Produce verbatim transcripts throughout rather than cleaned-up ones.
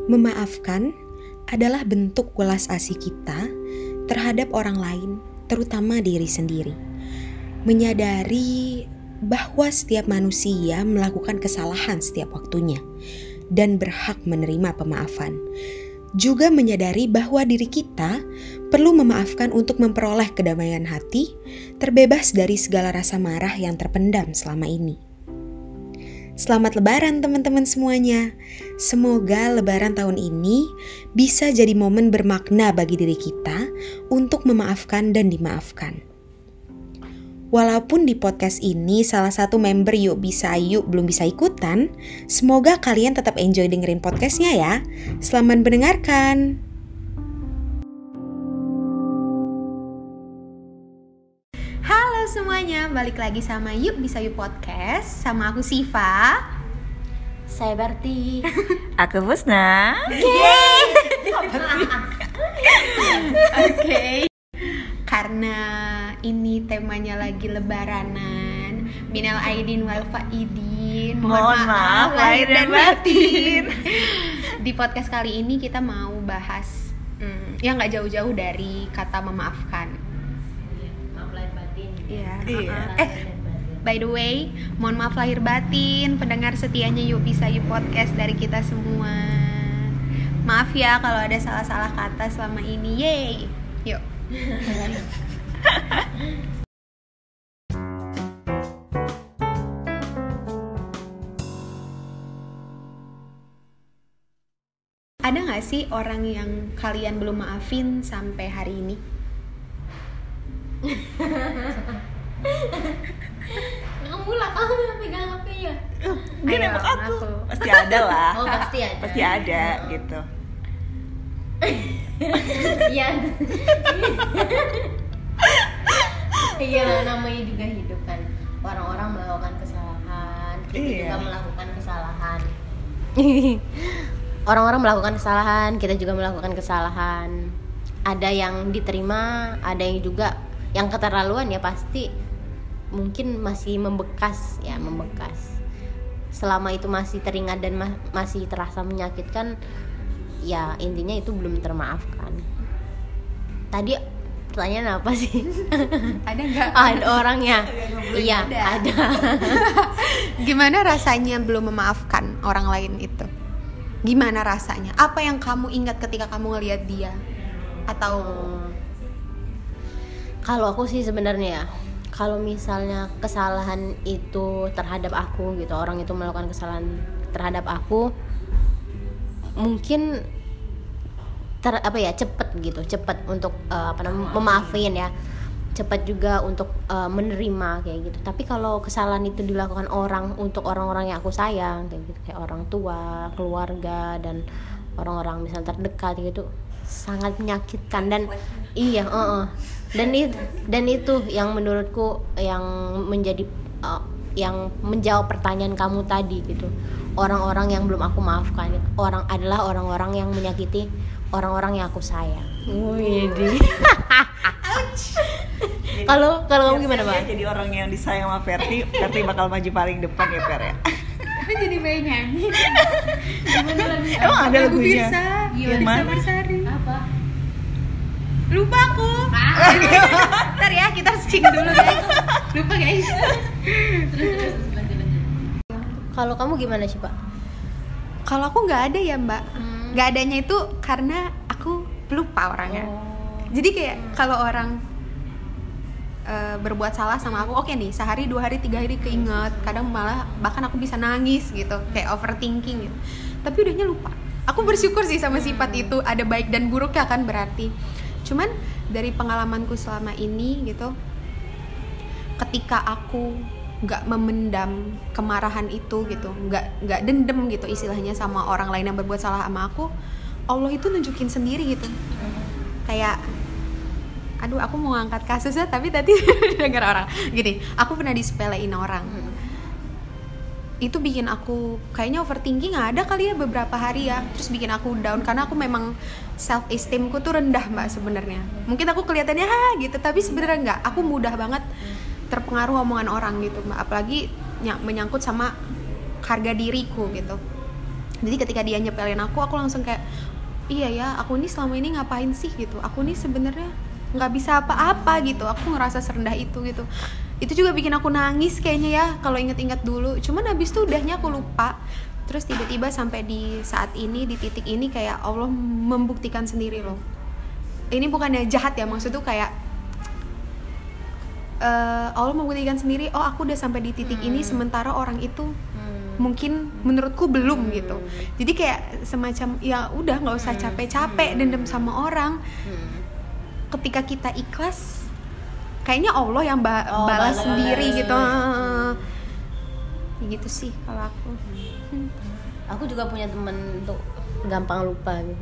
Memaafkan adalah bentuk welas asih kita terhadap orang lain, terutama diri sendiri. Menyadari bahwa setiap manusia melakukan kesalahan setiap waktunya dan berhak menerima pemaafan. Juga menyadari bahwa diri kita perlu memaafkan untuk memperoleh kedamaian hati, terbebas dari segala rasa marah yang terpendam selama ini. Selamat Lebaran teman-teman semuanya. Semoga Lebaran tahun ini bisa jadi momen bermakna bagi diri kita untuk memaafkan dan dimaafkan. Walaupun di podcast ini salah satu member Yuk Bisa Yuk belum bisa ikutan, semoga kalian tetap enjoy dengerin podcastnya ya. Selamat mendengarkan. Halo semuanya, balik lagi sama Yuk Bisa Yuk Podcast. Sama aku Siva. Saya Berti. Aku Busna. Yeay! Oke. Karena ini temanya lagi lebaranan, minal aidin wal faidin, mohon maaf lahir dan batin. Di podcast kali ini kita mau bahas hmm, ya nggak jauh-jauh dari kata memaafkan. Maaf lahir batin. Iya. Iya. Uh-uh. Eh, by the way, mohon maaf lahir batin pendengar setianya Yuk Bisa Yuk Podcast dari kita semua. Maaf ya kalau ada salah-salah kata selama ini. Yeay. Yuk. Ada gak sih orang yang kalian belum maafin sampai hari ini? Kamu lah, kamu yang pegang H P ya? Dia Ayo, nembak aku. aku. Pasti ada lah. Oh pasti ada. Pasti ada gitu. Iya. Iya, namanya juga hidup kan. Orang-orang melakukan kesalahan, kita Iya. juga melakukan kesalahan. Orang-orang melakukan kesalahan, kita juga melakukan kesalahan. Ada yang diterima, ada yang juga yang keterlaluan ya pasti mungkin masih membekas ya, membekas. Selama itu masih teringat dan ma- masih terasa menyakitkan, ya intinya itu belum termaafkan. Tadi pertanyaan apa sih? Ada nggak? Ada orangnya. Iya, Ada. ada. Gimana rasanya belum memaafkan orang lain itu? Gimana rasanya? Apa yang kamu ingat ketika kamu ngelihat dia? Atau Kalau aku sih sebenarnya ya, kalau misalnya kesalahan itu terhadap aku gitu, orang itu melakukan kesalahan terhadap aku, mungkin ter apa ya cepet gitu, cepet untuk uh, apa namanya memaafin ya, cepet juga untuk uh, menerima kayak gitu. Tapi kalau kesalahan itu dilakukan orang untuk orang-orang yang aku sayang kayak gitu, kayak orang tua, keluarga dan orang-orang misal terdekat gitu, sangat menyakitkan dan iya, uh-uh. dan itu dan itu yang menurutku yang menjadi uh, yang menjawab pertanyaan kamu tadi gitu. Orang-orang yang belum aku maafkan orang adalah orang-orang yang menyakiti orang-orang yang aku sayang. Wih, kalau kalau kamu gimana, Pak? Jadi orang yang disayang sama Verti, Verti bakal maju paling depan ya, Ver ya. aku jadi pengen nyanyi. Emang ada Lagu lagunya? Firsa, Yang Firsa mana? Bersari. Apa? Lupa aku. Ntar ya kita searching dulu guys. Lupa guys. Kalau kamu gimana sih, Pak? Kalau aku nggak ada ya Mbak. Hmm. Nggak adanya itu karena aku lupa orangnya. Oh. Jadi kayak kalau orang uh, berbuat salah sama aku, oke nih sehari dua hari tiga hari keinget, kadang malah bahkan aku bisa nangis gitu, kayak overthinking gitu. Tapi udahnya lupa. Aku bersyukur sih sama sifat itu, ada baik dan buruknya kan berarti. Cuman dari pengalamanku selama ini gitu, ketika aku nggak memendam kemarahan itu gitu, nggak nggak dendam gitu istilahnya sama orang lain yang berbuat salah sama aku, Allah itu nunjukin sendiri gitu. Kayak aduh aku mau ngangkat kasusnya tapi tadi dengar orang gini, aku pernah disepelein orang. Hmm. Itu bikin aku kayaknya overthinking ada kali ya beberapa hari ya, terus bikin aku down karena aku memang self esteemku tuh rendah Mbak sebenarnya. Mungkin aku kelihatannya ha gitu, tapi sebenarnya enggak. Aku mudah banget terpengaruh omongan orang gitu Mbak, apalagi ny- menyangkut sama harga diriku gitu. Jadi ketika dia nyepelin aku, aku langsung kayak iya ya, aku nih selama ini ngapain sih gitu. Aku nih sebenarnya nggak bisa apa-apa gitu. Aku ngerasa serendah itu gitu. Itu juga bikin aku nangis kayaknya ya kalau inget-inget dulu. Cuman habis itu udahnya aku lupa. Terus tiba-tiba sampai di saat ini, di titik ini kayak Allah membuktikan sendiri loh. Ini bukannya jahat ya, maksud tuh kayak uh, Allah membuktikan sendiri, oh aku udah sampai di titik hmm. ini, sementara orang itu hmm. mungkin menurutku belum hmm. gitu. Jadi kayak semacam ya udah nggak usah capek-capek hmm. dendam sama orang. Hmm. Ketika kita ikhlas, kayaknya Allah yang ba- oh, balas sendiri balas. gitu. Ya gitu sih kalau aku. Hmm. Aku juga punya temen untuk gampang lupa gitu.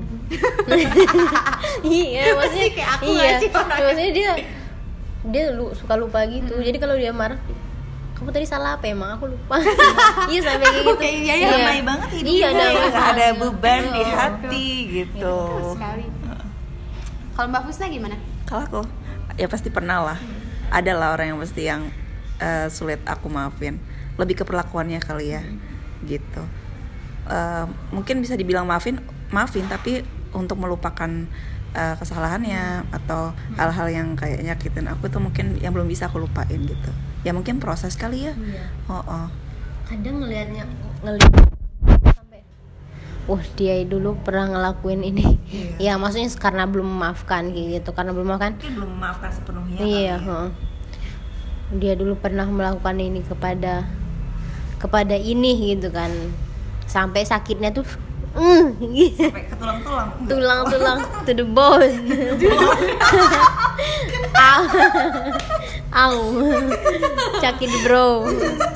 Iya, maksudnya kayak aku iya, sih maksudnya dia dia lu, suka lupa gitu. Hmm. Jadi kalau dia marah, kamu tadi salah apa emang? Aku lupa. Iya sampai kayak gitu. Okay, ya, ya, damai iya. banget hidupnya. Iya, nggak ada beban di hati gitu. Ya, sekali. Kalau Mbak Fusna gimana? Kalau aku, ya pasti pernah lah. Hmm. Ada lah orang yang pasti yang uh, sulit aku maafin. Lebih ke perlakuannya kali ya, hmm. gitu. Uh, mungkin bisa dibilang maafin, maafin, tapi untuk melupakan uh, kesalahannya atau hmm. hal-hal yang kayak nyakitin aku tuh mungkin yang belum bisa aku lupain gitu. Ya mungkin proses kali ya. Iya. Oh, oh. Kadang ngelihatnya ngelihat sampai, wah dia dulu pernah ngelakuin ini. Iya. Ya maksudnya karena belum memaafkan gitu, karena belum memaafkan. Mungkin belum memaafkan sepenuhnya. Iya. Ya. Huh. Dia dulu pernah melakukan ini kepada kepada ini gitu kan. Sampai sakitnya tuh uh, gitu. Sampai ke tulang-tulang. Tulang-tulang to the bone. Au. Au. Sakit bro.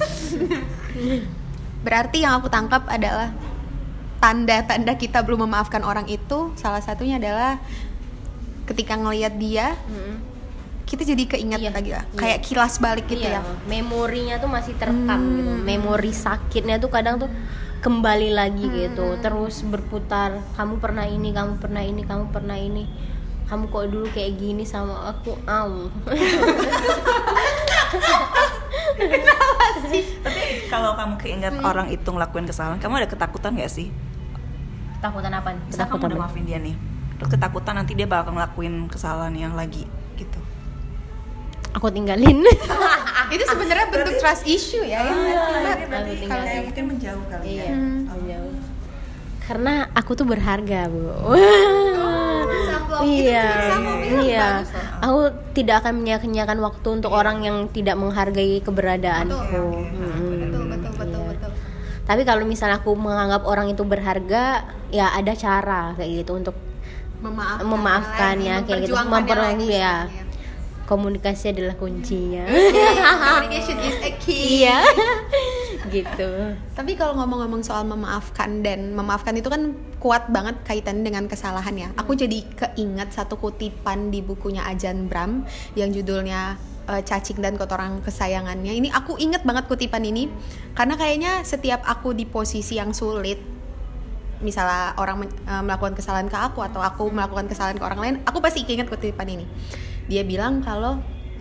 Berarti yang aku tangkap adalah tanda-tanda kita belum memaafkan orang itu, salah satunya adalah ketika ngelihat dia, hmm. kita jadi keinget iya, lagi lah, iya. kayak kilas balik gitu iya. ya. Memorinya tuh masih terekam hmm. gitu. Memori sakitnya tuh kadang tuh kembali lagi hmm. gitu, terus berputar. Kamu pernah ini, kamu pernah ini, kamu pernah ini. Kamu kok dulu kayak gini sama aku, au. Kenapa sih? Tapi kalau kamu keinget hmm. orang itu ngelakuin kesalahan, kamu ada ketakutan nggak sih? Ketakutan apa? Misal kamu udah maafin dia nih, terus ketakutan nanti dia bakal ngelakuin kesalahan yang lagi gitu. Aku tinggalin. Itu sebenarnya bentuk trust issue ya, oh, ya berarti kalau kayak mungkin menjauh kali iya, ya. Hmm. Menjauh. Karena aku tuh berharga, Bu. Oh, iya, iya. Aku tidak akan menyia-nyiakan waktu untuk orang yang tidak menghargai keberadaanku. Betul, hmm. betul, betul, betul, iya. betul. Tapi kalau misalnya aku menganggap orang itu berharga, ya ada cara kayak gitu untuk memaafkan, memaafkannya, kayak gitu, memperoleh ya. Komunikasi adalah kuncinya. Communication is a key. Iya. Gitu. Tapi kalau ngomong-ngomong soal memaafkan, dan memaafkan itu kan kuat banget kaitannya dengan kesalahan ya. Aku jadi keinget satu kutipan di bukunya Ajahn Brahm yang judulnya uh, Cacing dan Kotoran Kesayangannya. Ini aku inget banget kutipan ini karena kayaknya setiap aku di posisi yang sulit, misalnya orang men- uh, melakukan kesalahan ke aku atau aku melakukan kesalahan ke orang lain, aku pasti inget kutipan ini. Dia bilang kalau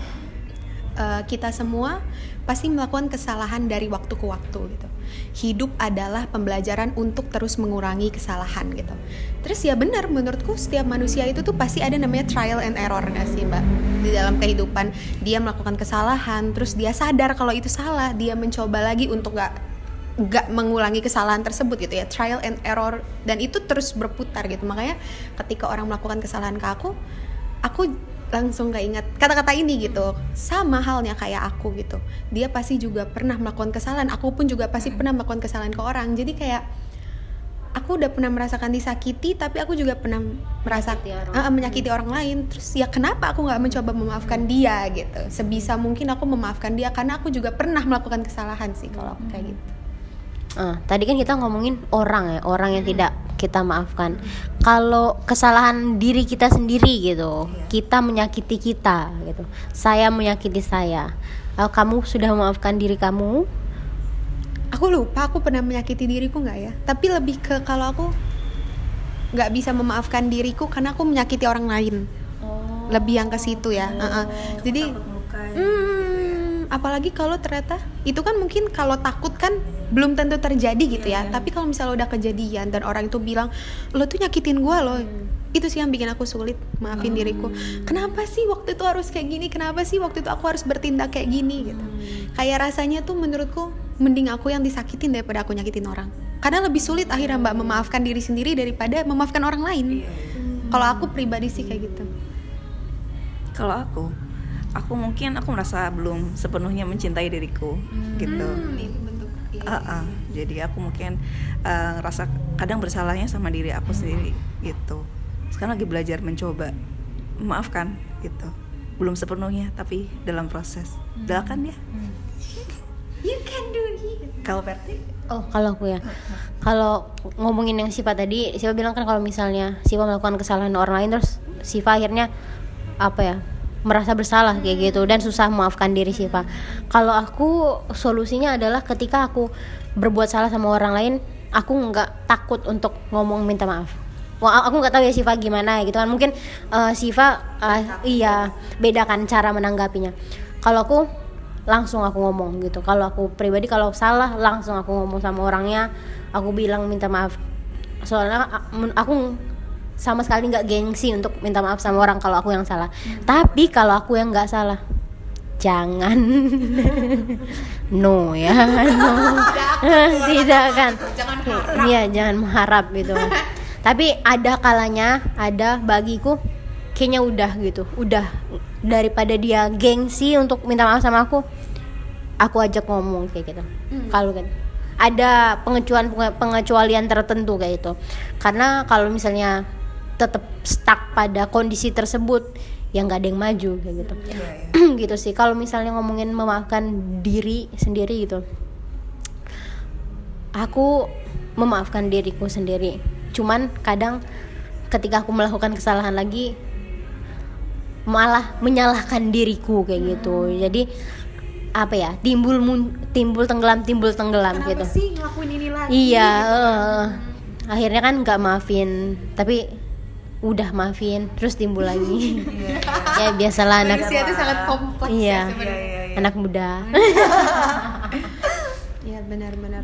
uh, kita semua pasti melakukan kesalahan dari waktu ke waktu gitu. Hidup adalah pembelajaran untuk terus mengurangi kesalahan gitu. Terus ya benar, menurutku setiap manusia itu tuh pasti ada namanya trial and error nggak sih Mbak? Di dalam kehidupan dia melakukan kesalahan, terus dia sadar kalau itu salah, dia mencoba lagi untuk nggak nggak mengulangi kesalahan tersebut gitu ya. Trial and error, dan itu terus berputar gitu. Makanya ketika orang melakukan kesalahan ke aku, aku langsung keinget kata-kata ini gitu. Sama halnya kayak aku gitu, dia pasti juga pernah melakukan kesalahan, aku pun juga pasti pernah melakukan kesalahan ke orang. Jadi kayak aku udah pernah merasakan disakiti, tapi aku juga pernah merasa menyakiti orang, uh, menyakiti orang lain. Terus ya kenapa aku nggak mencoba memaafkan dia gitu? Sebisa mungkin aku memaafkan dia karena aku juga pernah melakukan kesalahan sih kalau aku kayak gitu. Uh, tadi kan kita ngomongin orang ya, orang yang hmm. tidak kita maafkan. Hmm. Kalau kesalahan diri kita sendiri gitu, yeah. kita menyakiti kita gitu. Saya menyakiti saya. Uh, kamu sudah memaafkan diri kamu? Aku lupa aku pernah menyakiti diriku nggak ya. Tapi lebih ke kalau aku nggak bisa memaafkan diriku karena aku menyakiti orang lain. Oh. Lebih yang ke situ ya. Oh. Uh-uh. Jadi, hmm, apalagi kalau ternyata itu kan mungkin kalau takut kan belum tentu terjadi gitu ya. Tapi kalau misalnya udah kejadian dan orang itu bilang lo tuh nyakitin gue loh, itu sih yang bikin aku sulit maafin Hmm. diriku. Kenapa sih waktu itu harus kayak gini? Kenapa sih waktu itu aku harus bertindak kayak gini gitu? Kayak rasanya tuh menurutku mending aku yang disakitin daripada aku nyakitin orang. Karena lebih sulit akhirnya Mbak memaafkan diri sendiri daripada memaafkan orang lain. Kalau aku pribadi sih kayak gitu. Kalau aku, aku mungkin aku merasa belum sepenuhnya mencintai diriku gitu. Hmm, itu bentuk. Iya. Ah, ah. Jadi aku mungkin uh, ngerasa kadang bersalahnya sama diri aku sendiri gitu. Sekarang lagi belajar mencoba memaafkan gitu. Belum sepenuhnya tapi dalam proses. Doakan ya. You can do it. Kalau Perti? Oh, kalau aku ya. Kalau ngomongin yang Siva tadi, Siva bilang kan kalau misalnya Siva melakukan kesalahan orang lain terus Siva akhirnya apa ya? Merasa bersalah kayak gitu dan susah memaafkan diri Siva. Kalau aku solusinya adalah ketika aku berbuat salah sama orang lain, aku nggak takut untuk ngomong minta maaf. Wah, aku nggak tahu ya Siva gimana gitu kan. Mungkin uh, Siva uh, iya bedakan cara menanggapinya. Kalau aku langsung aku ngomong gitu. Kalau aku pribadi kalau salah langsung aku ngomong sama orangnya, aku bilang minta maaf. Soalnya aku sama sekali nggak gengsi untuk minta maaf sama orang kalau aku yang salah. Hmm. Tapi kalau aku yang nggak salah, jangan no ya, no. Tidak kan? Jangan harap. Iya, jangan mengharap gitu. Tapi ada kalanya, ada bagiku kayaknya udah gitu, udah daripada dia gengsi untuk minta maaf sama aku, aku ajak ngomong kayak gitu. Hmm. Kalau kan ada pengecualian pengecualian tertentu kayak itu. Karena kalau misalnya tetap stuck pada kondisi tersebut yang nggak ada yang maju kayak gitu. Yeah, yeah. Gitu sih kalau misalnya ngomongin memaafkan diri sendiri gitu, aku memaafkan diriku sendiri, cuman kadang ketika aku melakukan kesalahan lagi malah menyalahkan diriku kayak gitu. Jadi apa ya, timbul mun, timbul tenggelam timbul tenggelam Kenapa gitu sih ngelakuin ini lagi? iya uh, akhirnya kan nggak maafin tapi udah maafin terus timbul lagi. Ya biasalah anak Manusia itu sangat kompleks iya, ya sebenarnya. anak muda. Iya benar-benar.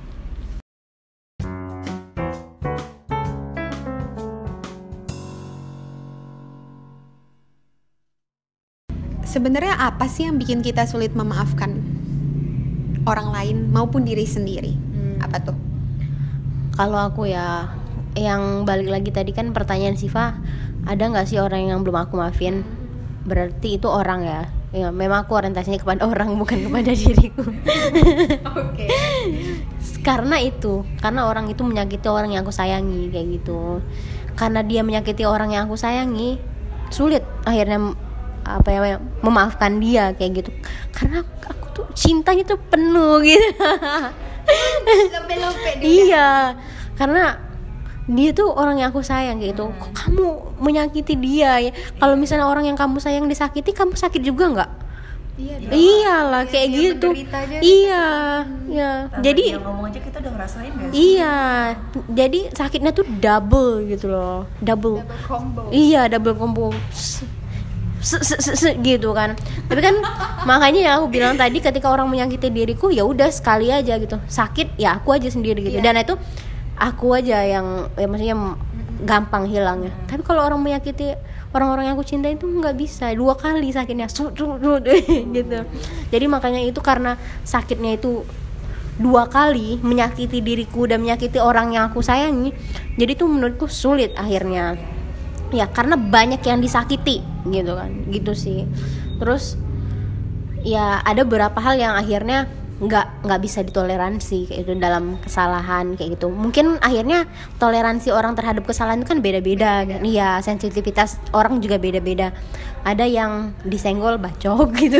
Sebenarnya apa sih yang bikin kita sulit memaafkan orang lain maupun diri sendiri? Hmm. Apa tuh? Kalau aku ya, yang balik lagi tadi kan pertanyaan Siva, ada nggak sih orang yang belum aku maafin? Berarti itu orang ya. Ya, memang aku orientasinya kepada orang bukan kepada diriku. Oke. Karena itu, karena orang itu menyakiti orang yang aku sayangi kayak gitu. Karena dia menyakiti orang yang aku sayangi, sulit akhirnya apa ya memaafkan dia kayak gitu. Karena aku tuh cintanya tuh penuh gitu. Lope-lope dia. Iya, karena dia tuh orang yang aku sayang gitu. Kok kamu menyakiti dia ya? Kalau misalnya orang yang kamu sayang disakiti, kamu sakit juga nggak? Iya. Iyalah Iya, kayak dia gitu. menderita aja. Iya, iya. Tanpa Jadi dia ngomong aja kita udah ngerasain gak sih? iya, jadi sakitnya tuh double gitu loh, double. Double combo. Iya, double combo. Se, se, se, se, gitu kan. Tapi kan makanya yang aku bilang tadi, ketika orang menyakiti diriku ya udah sekali aja gitu. Sakit ya aku aja sendiri gitu. Iya. Dan itu aku aja yang ya maksudnya gampang hilangnya. Tapi kalau orang menyakiti orang-orang yang aku cintai itu nggak bisa, dua kali sakitnya gitu. Jadi makanya itu karena sakitnya itu dua kali menyakiti diriku dan menyakiti orang yang aku sayangi, jadi tuh menurutku sulit akhirnya. Ya karena banyak yang disakiti gitu kan, gitu sih. Terus ya ada beberapa hal yang akhirnya nggak nggak bisa ditoleransi kayak itu dalam kesalahan kayak gitu. Mungkin akhirnya toleransi orang terhadap kesalahan itu kan beda-beda kan. Iya, sensitivitas orang juga beda-beda. Ada yang disenggol bacok gitu.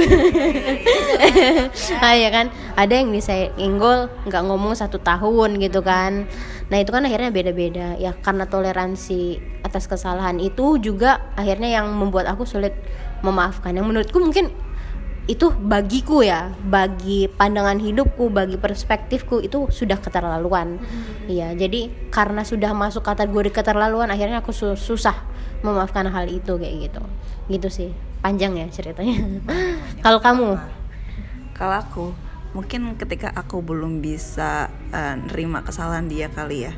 Ah, ya kan, ada yang disenggol nggak ngomong satu tahun gitu kan. Nah itu kan akhirnya beda-beda ya, karena toleransi atas kesalahan itu juga akhirnya yang membuat aku sulit memaafkan. Yang menurutku mungkin itu bagiku ya, bagi pandangan hidupku, bagi perspektifku itu sudah keterlaluan. Iya, hmm. Jadi karena sudah masuk kategori keterlaluan, akhirnya aku su- susah memaafkan hal itu kayak gitu. Gitu sih, panjang ya ceritanya. Kalau kamu? Kalau aku mungkin ketika aku belum bisa uh, nerima kesalahan dia kali ya,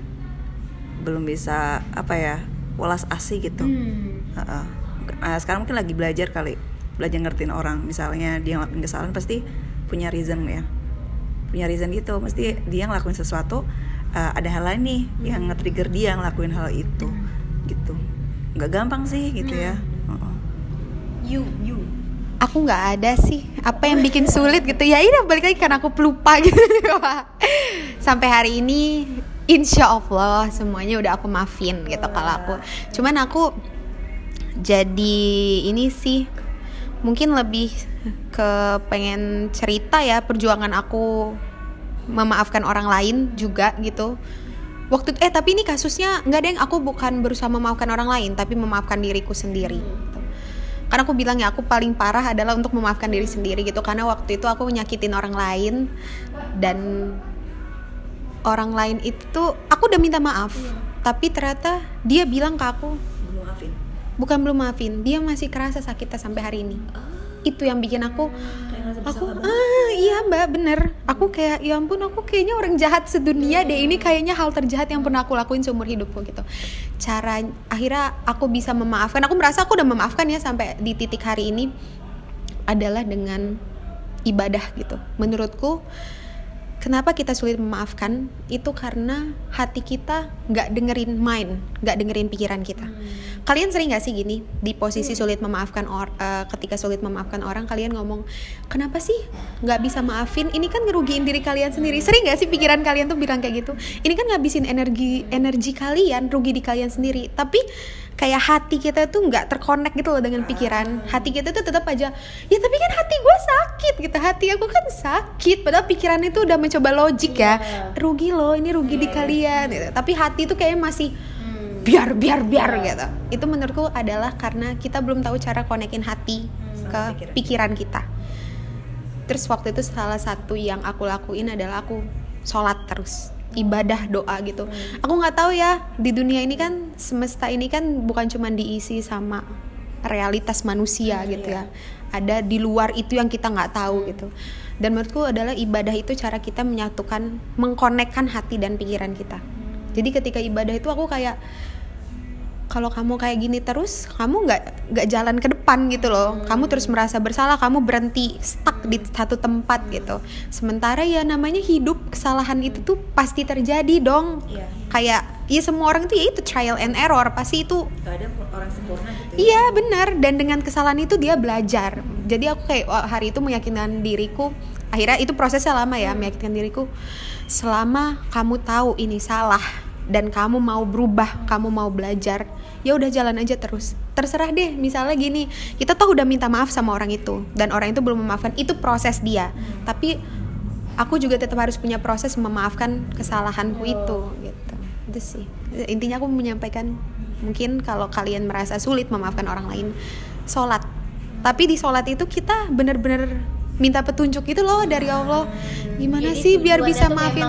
belum bisa apa ya, welas asih gitu. hmm. uh-uh. Nah, sekarang mungkin lagi belajar kali, belajar ngertiin orang. Misalnya dia ngelakuin kesalahan pasti punya reason ya, punya reason gitu, mesti dia ngelakuin sesuatu, uh, ada hal lain nih hmm. yang nge-trigger dia ngelakuin hal itu. hmm. Gitu, nggak gampang sih gitu hmm. ya. uh-uh. you you aku nggak ada sih apa yang bikin sulit gitu ya, ini balik lagi karena aku pelupa gitu. Sampai hari ini insya Allah semuanya udah aku maafin gitu. Kalau aku cuman aku jadi ini sih mungkin lebih ke pengen cerita ya perjuangan aku memaafkan orang lain juga gitu. Waktu eh tapi ini kasusnya nggak ada yang aku bukan berusaha memaafkan orang lain, tapi memaafkan diriku sendiri gitu. Karena aku bilang ya, aku paling parah adalah untuk memaafkan diri sendiri gitu. Karena waktu itu aku nyakitin orang lain, dan orang lain itu aku udah minta maaf, hmm. tapi ternyata dia bilang ke aku belum maafin. Bukan belum maafin, dia masih kerasa sakitnya sampai hari ini. oh. Itu yang bikin aku aku ah iya mbak bener, aku kayak ya ampun, aku kayaknya orang jahat sedunia deh, ini kayaknya hal terjahat yang pernah aku lakuin seumur hidupku gitu. Cara akhirnya aku bisa memaafkan, aku merasa aku udah memaafkan ya sampai di titik hari ini, adalah dengan ibadah gitu. Menurutku kenapa kita sulit memaafkan itu karena hati kita nggak dengerin mind, nggak dengerin pikiran kita. hmm. Kalian sering nggak sih gini di posisi sulit memaafkan or, uh, ketika sulit memaafkan orang, kalian ngomong kenapa sih nggak bisa maafin, ini kan ngerugiin diri kalian sendiri. Sering nggak sih pikiran kalian tuh bilang kayak gitu, ini kan ngabisin energi energi kalian, rugi di kalian sendiri. Tapi kayak hati kita tuh nggak terkonek gitu loh dengan pikiran. Hati kita tuh tetap aja, ya tapi kan hati gue sakit gitu, hati aku kan sakit, padahal pikiran itu udah mencoba logik ya, rugi loh, ini rugi di kalian gitu. Tapi hati tuh kayaknya masih biar biar biar gitu. Itu menurutku adalah karena kita belum tahu cara konekin hati ke pikiran kita. Terus waktu itu salah satu yang aku lakuin adalah aku sholat terus, ibadah, doa gitu. hmm. Aku nggak tahu ya, di dunia ini kan, semesta ini kan bukan cuma diisi sama realitas manusia hmm, gitu ya, ada di luar itu yang kita nggak tahu hmm. gitu. Dan menurutku adalah ibadah itu cara kita menyatukan, mengkonekkan hati dan pikiran kita. hmm. Jadi ketika ibadah itu aku kayak, kalau kamu kayak gini terus, kamu nggak nggak jalan ke depan gitu loh. hmm. Kamu terus merasa bersalah, kamu berhenti stuck di satu tempat gitu. Sementara ya namanya hidup, kesalahan itu tuh pasti terjadi dong. yeah. Kayak ya semua orang tuh ya itu trial and error, pasti itu gak ada orang sempurna gitu ya. Iya benar, dan dengan kesalahan itu dia belajar. Jadi aku kayak oh, hari itu meyakinkan diriku, akhirnya itu prosesnya lama ya, hmm. meyakinkan diriku, selama kamu tahu ini salah dan kamu mau berubah, hmm. kamu mau belajar, ya udah jalan aja terus. Terserah deh, misalnya gini, kita tuh udah minta maaf sama orang itu dan orang itu belum memaafkan, itu proses dia. Hmm. Tapi aku juga tetap harus punya proses memaafkan kesalahanku oh. itu gitu. Itu sih. Intinya aku menyampaikan, mungkin kalau kalian merasa sulit memaafkan orang lain, sholat. Tapi di sholat itu kita benar-benar minta petunjuk itu loh dari Allah. Gimana jadi sih biar bisa maafin?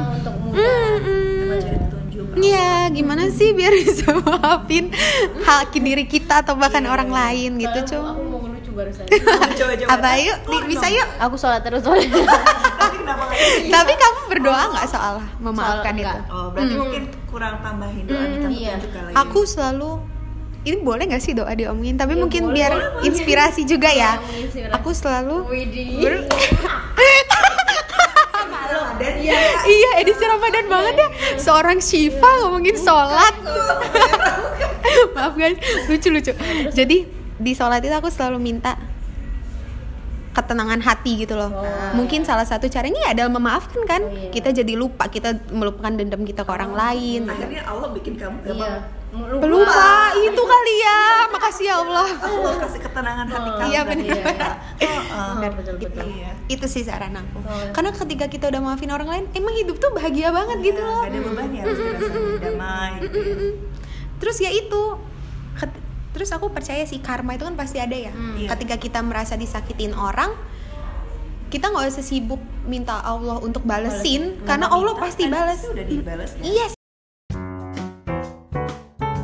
Iya, gimana sih biar bisa maafin hak diri kita atau bahkan yeah, orang lain gitu, Cung. Aku mau ngelucu barusan. Apa yuk? Di, bisa yuk? Aku sholat terus soalnya. Tapi kamu berdoa nggak oh. soal memaafkan soal itu? Oh, berarti hmm. mungkin kurang tambahin doa hmm, minta iya. kali. Aku selalu, ini boleh nggak sih doa diomongin? Tapi ya, mungkin boleh, biar boleh, inspirasi boleh. juga ya. ya aku selalu ber- Ramadan ya. Iya, edisi Ramadan yeah. banget ya. Seorang Syifa ngomongin sholat. Maaf guys, lucu-lucu. Jadi di sholat itu aku selalu minta ketenangan hati gitu loh. Oh. Mungkin salah satu caranya ya adalah memaafkan kan. Oh, iya. Kita jadi lupa, kita melupakan dendam kita ke orang oh. lain. Akhirnya Allah bikin kamu gampang. Iya. Lupa. Pelupa itu kali ya. Makasih ya Allah. Allah kasih ketenangan hati kamu. Iya benar. Ya. Oh, benar betul betul. Iya. Itu sih saran aku. Oh. Karena ketika kita udah maafin orang lain, emang hidup tuh bahagia banget iya, gitu loh. Gak ada beban ya, harus dirasain damai. Gitu. Terus ya itu. Terus aku percaya sih karma itu kan pasti ada ya. Hmm. Ketika kita merasa disakitin orang, kita nggak usah sibuk minta Allah untuk balesin, balesin. Karena Allah minta, pasti balas. Udah dibales ya. Yes.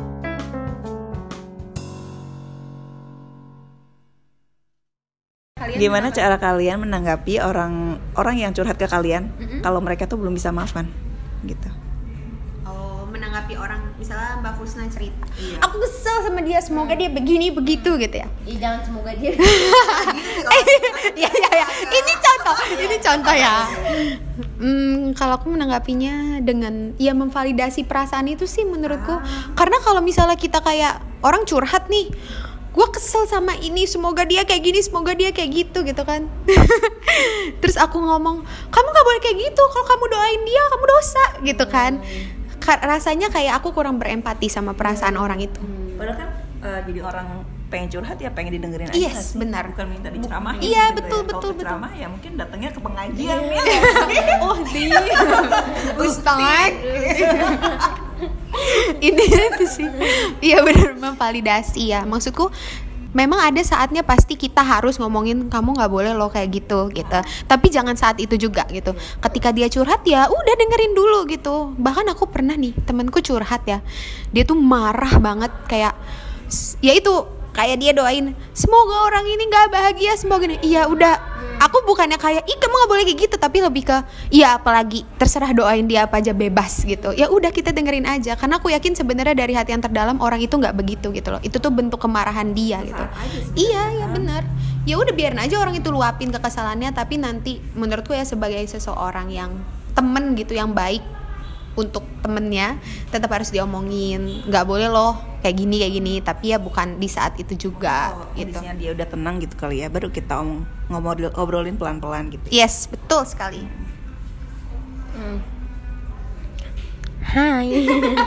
Kalian Kalian Gimana kenapa? cara kalian menanggapi orang orang yang curhat ke kalian Mm-mm. kalau mereka tuh belum bisa maafkan gitu? Oh, menanggapi orang misalnya Mbak Fusna cerita, Iya. aku kesel sama dia, semoga dia begini begitu gitu ya. Ih, jangan semoga dia. Iya iya ya. Ini contoh, ini contoh ya. Hmm, kalau aku menanggapinya dengan ya memvalidasi perasaan itu sih menurutku. Karena kalau misalnya kita kayak orang curhat nih, gue kesel sama ini, semoga dia kayak gini, semoga dia kayak gitu gitu kan. Terus aku ngomong, kamu gak boleh kayak gitu, kalau kamu doain dia kamu dosa gitu kan. Ka- rasanya kayak aku kurang berempati sama perasaan orang itu. Padahal kan uh, jadi orang pengen curhat ya pengen didengerin aja Yes, nggak sih? benar. Bukan minta diceramahin. Iya, gitu betul, ya. betul, Kalau betul. ceramah ya mungkin datangnya ke pengajian ya. Oh di Ustaz. Ini itu sih. Iya benar, memvalidasi ya. Maksudku memang ada saatnya pasti kita harus ngomongin kamu nggak boleh loh kayak gitu gitu. Tapi jangan saat itu juga gitu. Ketika dia curhat ya udah dengerin dulu gitu. Bahkan aku pernah nih temanku curhat ya. Dia tuh marah banget kayak ya itu kayak dia doain semoga orang ini nggak bahagia, semoga ini. Iya udah, aku bukannya kayak ih kamu nggak boleh kayak gitu, tapi lebih ke iya apalagi terserah doain dia apa aja bebas gitu. Ya udah kita dengerin aja karena aku yakin sebenarnya dari hati yang terdalam orang itu nggak begitu gitu loh. Itu tuh bentuk kemarahan dia gitu. Iya ya benar. Ya udah biarin aja orang itu luapin kekesalannya, tapi nanti menurutku ya sebagai seseorang yang temen gitu yang baik untuk temennya tetap harus diomongin, nggak boleh loh kayak gini kayak gini, tapi ya bukan di saat itu juga Oh, gitu. kondisinya dia udah tenang gitu kali ya, baru kita omong ngobrol ngobrolin pelan-pelan gitu. Yes, betul sekali. Hmm. Hai.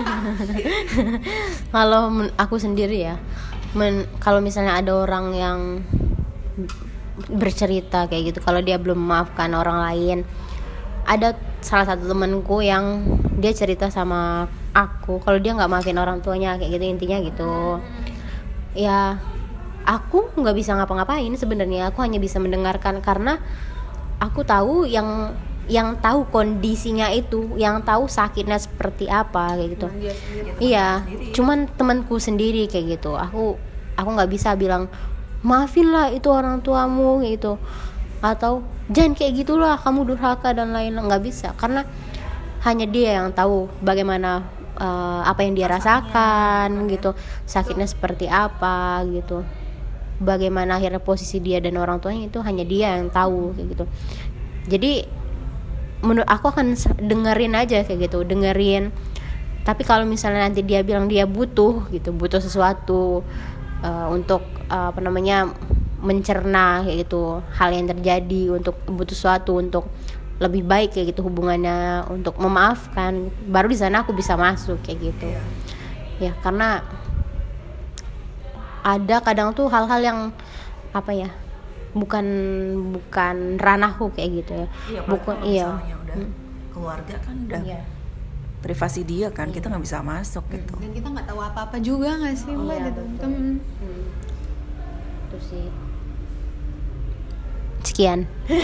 Kalau men- aku sendiri ya, men- kalau misalnya ada orang yang bercerita kayak gitu, kalau dia belum memaafkan orang lain, ada salah satu temanku yang dia cerita sama aku kalau dia nggak maafin orang tuanya kayak gitu, intinya gitu. Ya aku nggak bisa ngapa-ngapain sebenarnya, aku hanya bisa mendengarkan karena aku tahu yang yang tahu kondisinya itu, yang tahu sakitnya seperti apa kayak gitu. Iya, cuman temanku sendiri kayak gitu. Aku aku nggak bisa bilang maafin lah itu orang tuamu kayak gitu, atau jangan kayak gitulah kamu durhaka dan lain-lain, nggak bisa karena hanya dia yang tahu bagaimana uh, apa yang dia rasakan gitu, sakitnya seperti apa gitu, bagaimana akhirnya posisi dia dan orang tuanya itu hanya dia yang tahu kayak gitu. Jadi menurut aku akan dengerin aja kayak gitu, dengerin. Tapi kalau misalnya nanti dia bilang dia butuh gitu, butuh sesuatu uh, untuk uh, apa namanya mencerna kayak gitu hal yang terjadi, untuk butuh sesuatu untuk lebih baik kayak gitu hubungannya, untuk memaafkan, baru di sana aku bisa masuk kayak gitu. Ya karena ada kadang tuh hal-hal yang apa ya, bukan bukan ranahku kayak gitu ya. Iya, bukan kalau iya misalnya udah keluarga kan udah Iya. privasi dia kan, kita nggak bisa masuk gitu. Dan kita nggak tahu apa-apa juga nggak sih mbak Iya, gitu. betul. Hmm. Hmm. Itu sih. Sekian.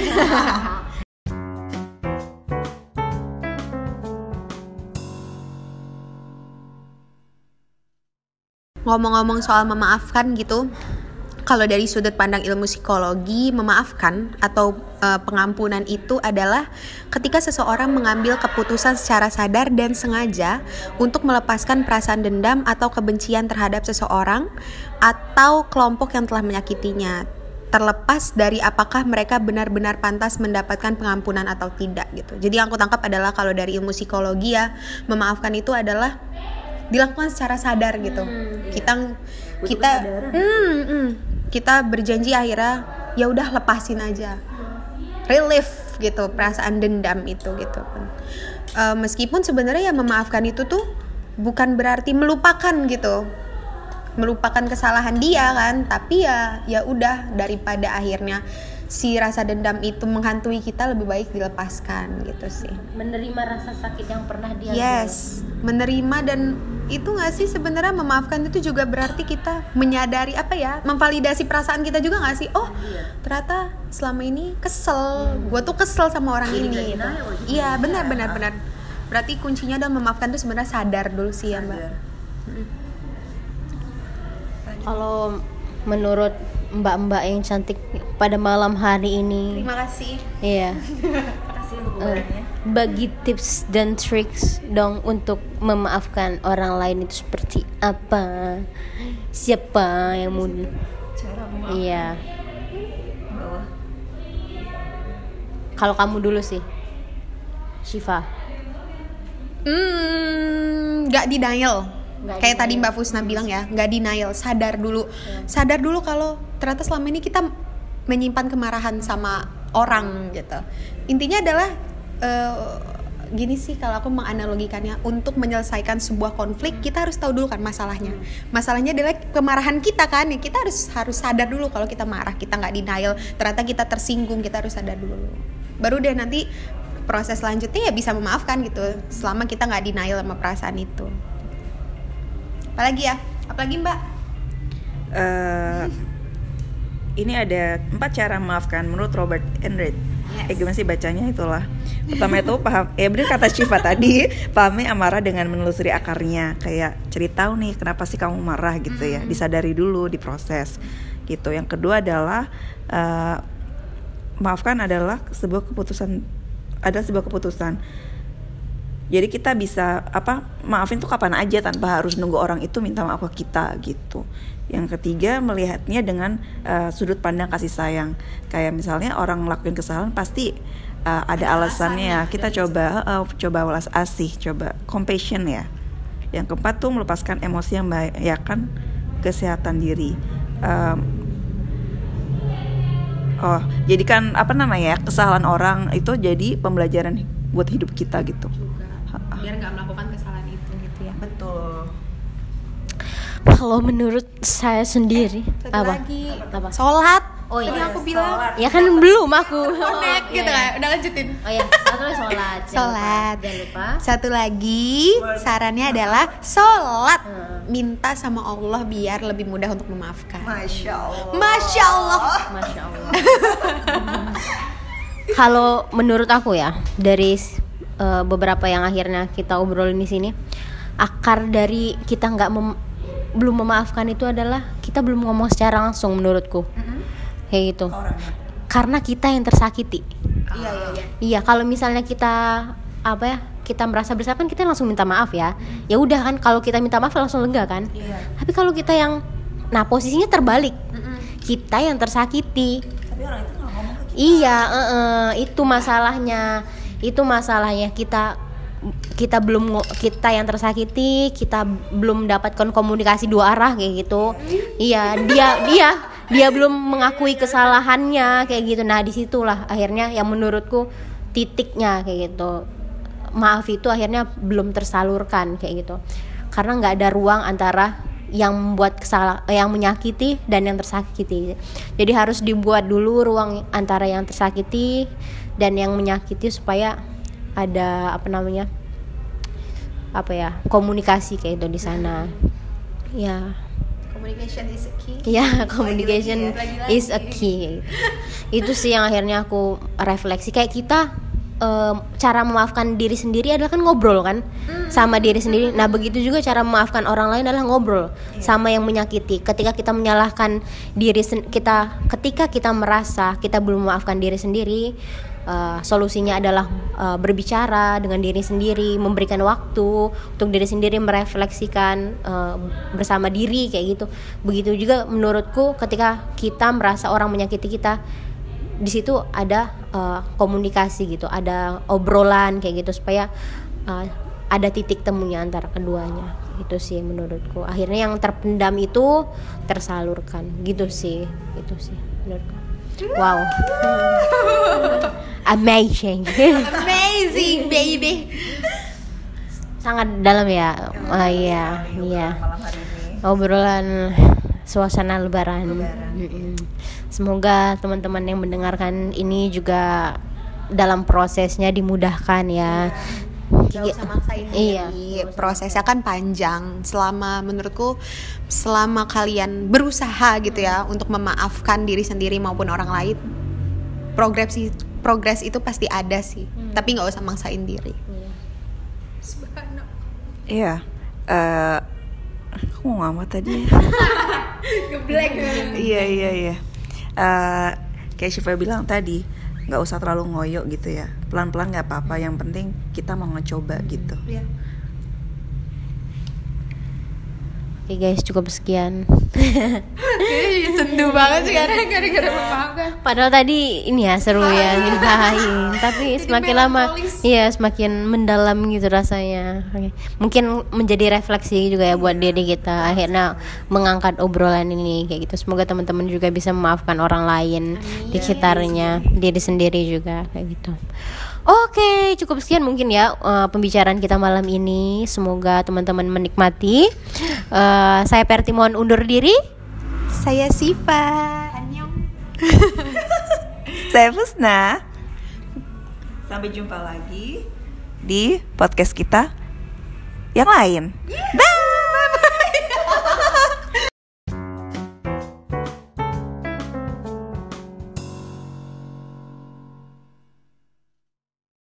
Ngomong-ngomong soal memaafkan gitu, kalau dari sudut pandang ilmu psikologi, memaafkan atau e, pengampunan itu adalah ketika seseorang mengambil keputusan secara sadar dan sengaja untuk melepaskan perasaan dendam atau kebencian terhadap seseorang atau kelompok yang telah menyakitinya, terlepas dari apakah mereka benar-benar pantas mendapatkan pengampunan atau tidak gitu. Jadi yang aku tangkap adalah kalau dari ilmu psikologi ya, memaafkan itu adalah dilakukan secara sadar gitu. Hmm, kita Butuh kita kesadaran. hmm, hmm, kita berjanji akhirnya ya udah lepasin aja, relief gitu perasaan dendam itu gitu. Uh, meskipun sebenarnya ya memaafkan itu tuh bukan berarti melupakan gitu, melupakan kesalahan dia kan, tapi ya ya udah, daripada akhirnya si rasa dendam itu menghantui kita, lebih baik dilepaskan gitu sih. Menerima rasa sakit yang pernah dia Yes, menerima. Dan itu nggak sih sebenarnya memaafkan itu juga berarti kita menyadari apa ya, memvalidasi perasaan kita juga nggak sih? Oh ternyata selama ini kesel, hmm. gue tuh kesel sama orang Jadi ini nggak gitu. denial juga. Iya benar benar benar. Berarti kuncinya dalam memaafkan itu sebenarnya sadar dulu sih ya mbak. Sadar. Kalau menurut mbak-mbak yang cantik pada malam hari ini. Terima kasih. Iya. Kasih untuk Eh, bagi tips dan triks dong untuk memaafkan orang lain itu seperti apa? Siapa yang mau? cara memaafkan. Iya. Bawah. Kalau kamu dulu sih, Syifa. Hmm, nggak denial. Nggak Kayak tadi denial. Mbak Fusna bilang ya, nggak denial, sadar dulu, sadar dulu kalau ternyata selama ini kita menyimpan kemarahan sama orang gitu. Intinya adalah eh, gini sih kalau aku menganalogikannya, untuk menyelesaikan sebuah konflik kita harus tahu dulu kan masalahnya. Masalahnya adalah kemarahan kita kan, ya kita harus harus sadar dulu kalau kita marah, kita nggak denial. Ternyata kita tersinggung, kita harus sadar dulu. Baru deh nanti proses selanjutnya ya bisa memaafkan gitu, selama kita nggak denial sama perasaan itu. Apalagi ya? Apalagi Mbak? Eh, ini ada empat cara memaafkan menurut Robert Enright. Yes. Eh gimana sih bacanya itulah. Pertama itu paham, ya bener kata Syifa tadi, pahami amarah dengan menelusuri akarnya. Kayak cerita nih kenapa sih kamu marah gitu ya, disadari dulu, diproses gitu. Yang kedua adalah eh, maafkan adalah sebuah keputusan, adalah sebuah keputusan. Jadi kita bisa apa maafin tuh kapan aja tanpa harus nunggu orang itu minta maaf ke kita gitu. Yang ketiga melihatnya dengan uh, sudut pandang kasih sayang. Kayak misalnya orang ngelakuin kesalahan pasti uh, ada, ada alasannya. alasannya. Kita coba uh, coba welas asih, coba compassion ya. Yang keempat tuh melepaskan emosi yang membahayakan kesehatan diri. Um, oh, jadikan apa namanya ya kesalahan orang itu jadi pembelajaran buat hidup kita gitu. Biar nggak melakukan kesalahan itu gitu ya. Betul. Kalau menurut saya sendiri, Satu apa? lagi, Apa? sholat. Oh iya, Tadi aku bilang Ya kan belum aku. connect Oh, gitu iya, kan. iya. Udah lanjutin. Oh ya, satu lagi sholat. Jangan Sholat. lupa. Jangan lupa. Satu lagi sarannya adalah sholat. Hmm. Minta sama Allah biar lebih mudah untuk memaafkan. Masya Allah. Masya Allah. Masya Allah. Kalau menurut aku ya, dari uh, beberapa yang akhirnya kita obrolin di sini, akar dari kita nggak mem- belum memaafkan itu adalah kita belum ngomong secara langsung menurutku. Kayak gitu. Orangnya. Karena kita yang tersakiti. Iya iya iya. Iya, kalau misalnya kita apa ya, kita merasa bersalah kan kita langsung minta maaf ya. Ya udah kan, kalau kita minta maaf langsung lega kan. Iya. Tapi kalau kita yang, nah posisinya terbalik, kita yang tersakiti. Tapi orang itu nggak ngomong ke kita. Iya, eh, eh, itu masalahnya. Itu masalahnya kita kita belum ngo- kita yang tersakiti, kita belum dapatkan komunikasi dua arah kayak gitu. Iya, dia dia dia belum mengakui kesalahannya kayak gitu. Nah, disitulah akhirnya yang menurutku titiknya kayak gitu. Maaf itu akhirnya belum tersalurkan kayak gitu. Karena nggak ada ruang antara yang membuat kesalah, yang menyakiti dan yang tersakiti. Jadi harus dibuat dulu ruang antara yang tersakiti dan yang menyakiti supaya ada apa namanya apa ya komunikasi kayak itu di sana. Ya, Communication is a key. ya communication Lagi-lagi. is a key. Itu sih yang akhirnya aku refleksi kayak kita em, cara memaafkan diri sendiri adalah kan ngobrol kan sama diri sendiri. Nah begitu juga cara memaafkan orang lain adalah ngobrol sama yang menyakiti. Ketika kita menyalahkan diri sen- kita, ketika kita merasa kita belum memaafkan diri sendiri, uh, solusinya adalah uh, berbicara dengan diri sendiri, memberikan waktu untuk diri sendiri merefleksikan uh, bersama diri kayak gitu. Begitu juga menurutku ketika kita merasa orang menyakiti kita, di situ ada uh, komunikasi gitu, ada obrolan kayak gitu supaya uh, ada titik temunya antara keduanya. Itu sih menurutku. Akhirnya yang terpendam itu tersalurkan. Gitu sih. Itu sih menurutku. Wow. Amazing. Amazing baby. Sangat dalam ya. Oh iya, iya. Malam hari ini. Obrolan suasana lebaran. Lebaran. Mm-mm. Semoga teman-teman yang mendengarkan ini juga dalam prosesnya dimudahkan ya. Gak usah maksain Iya. diri. Prosesnya kan panjang. Selama menurutku selama kalian berusaha gitu ya untuk memaafkan diri sendiri maupun orang lain, progres i- progres itu pasti ada sih. Tapi nggak usah maksain diri. Iya. Eh, Aku mau ngomong tadi. Ngeblank. Iya iya iya. Uh, kayak Syifa bilang tadi, nggak usah terlalu ngoyo gitu ya. Pelan-pelan nggak apa-apa. Yang penting kita mau ngecoba gitu. Iya. Oke guys, cukup sekian. Kayaknya sendu banget sekarang gara-gara memaafkan. Padahal tadi ini ya seru ya nyeritain, tapi Jadi semakin lama, melankolis. iya semakin mendalam gitu rasanya. Oke. Mungkin menjadi refleksi juga ya buat diri kita. Akhirnya mengangkat obrolan ini kayak gitu. Semoga teman-teman juga bisa memaafkan orang lain di sekitarnya, diri sendiri juga kayak gitu. Oke, cukup sekian mungkin ya uh, pembicaraan kita malam ini. Semoga teman-teman menikmati. Uh, saya Perti mohon undur diri. Saya Siva. Annyeong. Saya Fusna. Sampai jumpa lagi di podcast kita yang lain. Bye.